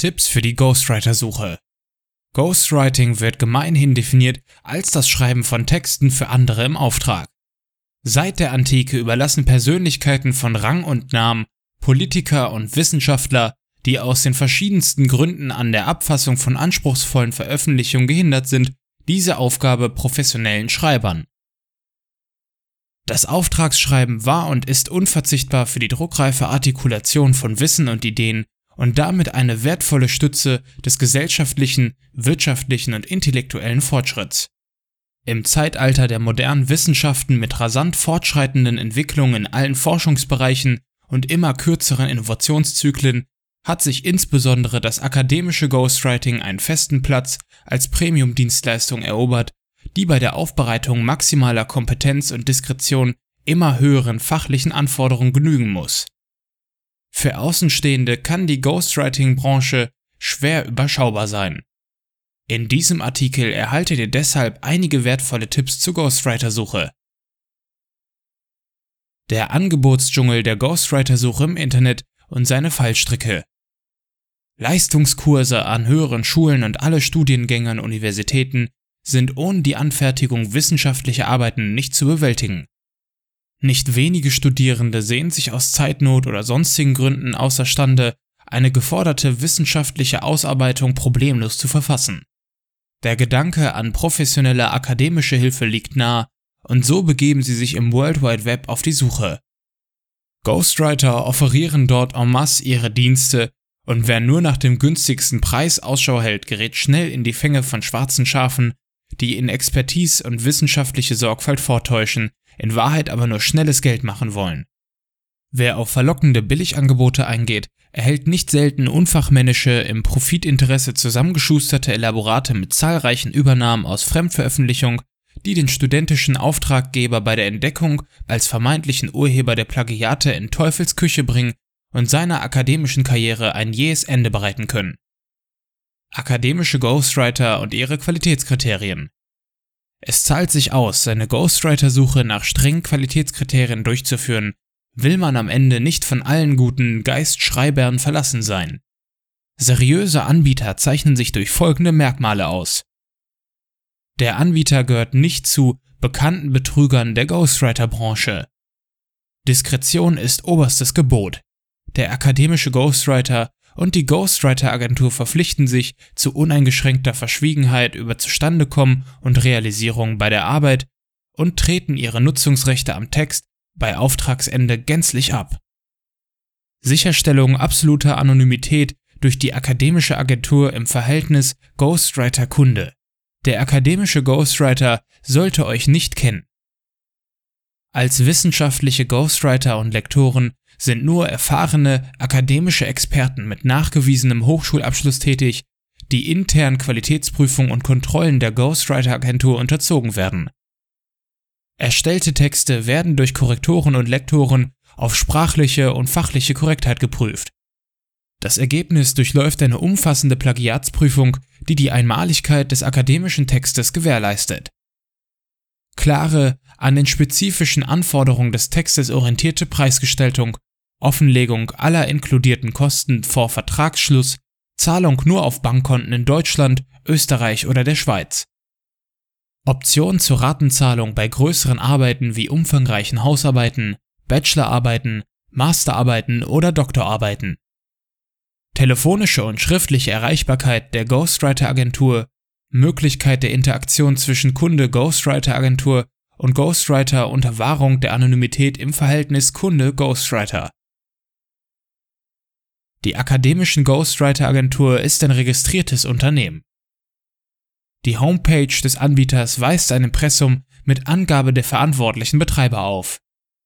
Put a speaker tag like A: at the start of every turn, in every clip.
A: Tipps für die Ghostwriter-Suche. Ghostwriting wird gemeinhin definiert als das Schreiben von Texten für andere im Auftrag. Seit der Antike überlassen Persönlichkeiten von Rang und Namen, Politiker und Wissenschaftler, die aus den verschiedensten Gründen an der Abfassung von anspruchsvollen Veröffentlichungen gehindert sind, diese Aufgabe professionellen Schreibern. Das Auftragsschreiben war und ist unverzichtbar für die druckreife Artikulation von Wissen und Ideen und damit eine wertvolle Stütze des gesellschaftlichen, wirtschaftlichen und intellektuellen Fortschritts. Im Zeitalter der modernen Wissenschaften mit rasant fortschreitenden Entwicklungen in allen Forschungsbereichen und immer kürzeren Innovationszyklen hat sich insbesondere das akademische Ghostwriting einen festen Platz als Premium-Dienstleistung erobert, die bei der Aufbereitung maximaler Kompetenz und Diskretion immer höheren fachlichen Anforderungen genügen muss. Für Außenstehende kann die Ghostwriting-Branche schwer überschaubar sein. In diesem Artikel erhaltet ihr deshalb einige wertvolle Tipps zur Ghostwriter-Suche. Der Angebotsdschungel der Ghostwriter-Suche im Internet und seine Fallstricke. Leistungskurse an höheren Schulen und alle Studiengänge an Universitäten sind ohne die Anfertigung wissenschaftlicher Arbeiten nicht zu bewältigen. Nicht wenige Studierende sehen sich aus Zeitnot oder sonstigen Gründen außerstande, eine geforderte wissenschaftliche Ausarbeitung problemlos zu verfassen. Der Gedanke an professionelle akademische Hilfe liegt nahe und so begeben sie sich im World Wide Web auf die Suche. Ghostwriter offerieren dort en masse ihre Dienste und wer nur nach dem günstigsten Preis Ausschau hält, gerät schnell in die Fänge von schwarzen Schafen, die in Expertise und wissenschaftliche Sorgfalt vortäuschen, in Wahrheit aber nur schnelles Geld machen wollen. Wer auf verlockende Billigangebote eingeht, erhält nicht selten unfachmännische, im Profitinteresse zusammengeschusterte Elaborate mit zahlreichen Übernahmen aus Fremdveröffentlichung, die den studentischen Auftraggeber bei der Entdeckung als vermeintlichen Urheber der Plagiate in Teufels Küche bringen und seiner akademischen Karriere ein jähes Ende bereiten können. Akademische Ghostwriter und ihre Qualitätskriterien. Es zahlt sich aus, seine Ghostwriter-Suche nach strengen Qualitätskriterien durchzuführen, will man am Ende nicht von allen guten Geistschreibern verlassen sein. Seriöse Anbieter zeichnen sich durch folgende Merkmale aus. Der Anbieter gehört nicht zu bekannten Betrügern der Ghostwriter-Branche. Diskretion ist oberstes Gebot. Der akademische Ghostwriter und die Ghostwriter-Agentur verpflichten sich zu uneingeschränkter Verschwiegenheit über Zustandekommen und Realisierung bei der Arbeit und treten ihre Nutzungsrechte am Text bei Auftragsende gänzlich ab. Sicherstellung absoluter Anonymität durch die akademische Agentur im Verhältnis Ghostwriter-Kunde. Der akademische Ghostwriter sollte euch nicht kennen. Als wissenschaftliche Ghostwriter und Lektoren sind nur erfahrene akademische Experten mit nachgewiesenem Hochschulabschluss tätig, die internen Qualitätsprüfungen und Kontrollen der Ghostwriter-Agentur unterzogen werden. Erstellte Texte werden durch Korrektoren und Lektoren auf sprachliche und fachliche Korrektheit geprüft. Das Ergebnis durchläuft eine umfassende Plagiatsprüfung, die die Einmaligkeit des akademischen Textes gewährleistet. Klare, an den spezifischen Anforderungen des Textes orientierte Preisgestaltung, Offenlegung aller inkludierten Kosten vor Vertragsschluss, Zahlung nur auf Bankkonten in Deutschland, Österreich oder der Schweiz. Option zur Ratenzahlung bei größeren Arbeiten wie umfangreichen Hausarbeiten, Bachelorarbeiten, Masterarbeiten oder Doktorarbeiten. Telefonische und schriftliche Erreichbarkeit der Ghostwriter-Agentur, Möglichkeit der Interaktion zwischen Kunde Ghostwriter-Agentur und Ghostwriter unter Wahrung der Anonymität im Verhältnis Kunde-Ghostwriter. Die akademischen Ghostwriter-Agentur ist ein registriertes Unternehmen. Die Homepage des Anbieters weist ein Impressum mit Angabe der verantwortlichen Betreiber auf.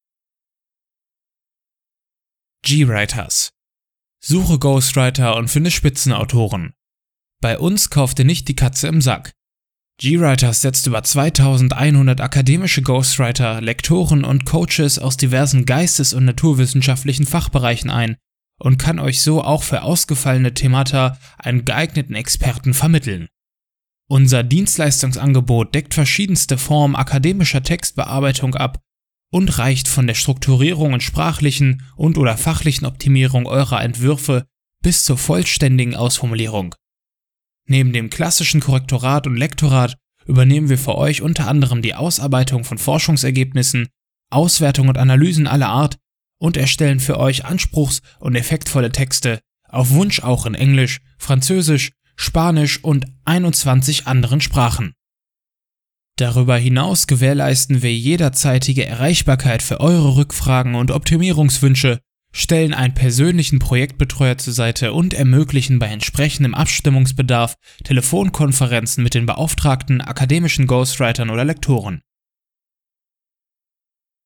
A: GWriters. Suche Ghostwriter und finde Spitzenautoren. Bei uns kauft ihr nicht die Katze im Sack. GWriters setzt über 2100 akademische Ghostwriter, Lektoren und Coaches aus diversen geistes- und naturwissenschaftlichen Fachbereichen ein und kann euch so auch für ausgefallene Themata einen geeigneten Experten vermitteln. Unser Dienstleistungsangebot deckt verschiedenste Formen akademischer Textbearbeitung ab und reicht von der Strukturierung und sprachlichen und/oder fachlichen Optimierung eurer Entwürfe bis zur vollständigen Ausformulierung. Neben dem klassischen Korrektorat und Lektorat übernehmen wir für euch unter anderem die Ausarbeitung von Forschungsergebnissen, Auswertung und Analysen aller Art und erstellen für euch anspruchs- und effektvolle Texte, auf Wunsch auch in Englisch, Französisch, Spanisch und 21 anderen Sprachen. Darüber hinaus gewährleisten wir jederzeitige Erreichbarkeit für eure Rückfragen und Optimierungswünsche, stellen einen persönlichen Projektbetreuer zur Seite und ermöglichen bei entsprechendem Abstimmungsbedarf Telefonkonferenzen mit den beauftragten akademischen Ghostwritern oder Lektoren.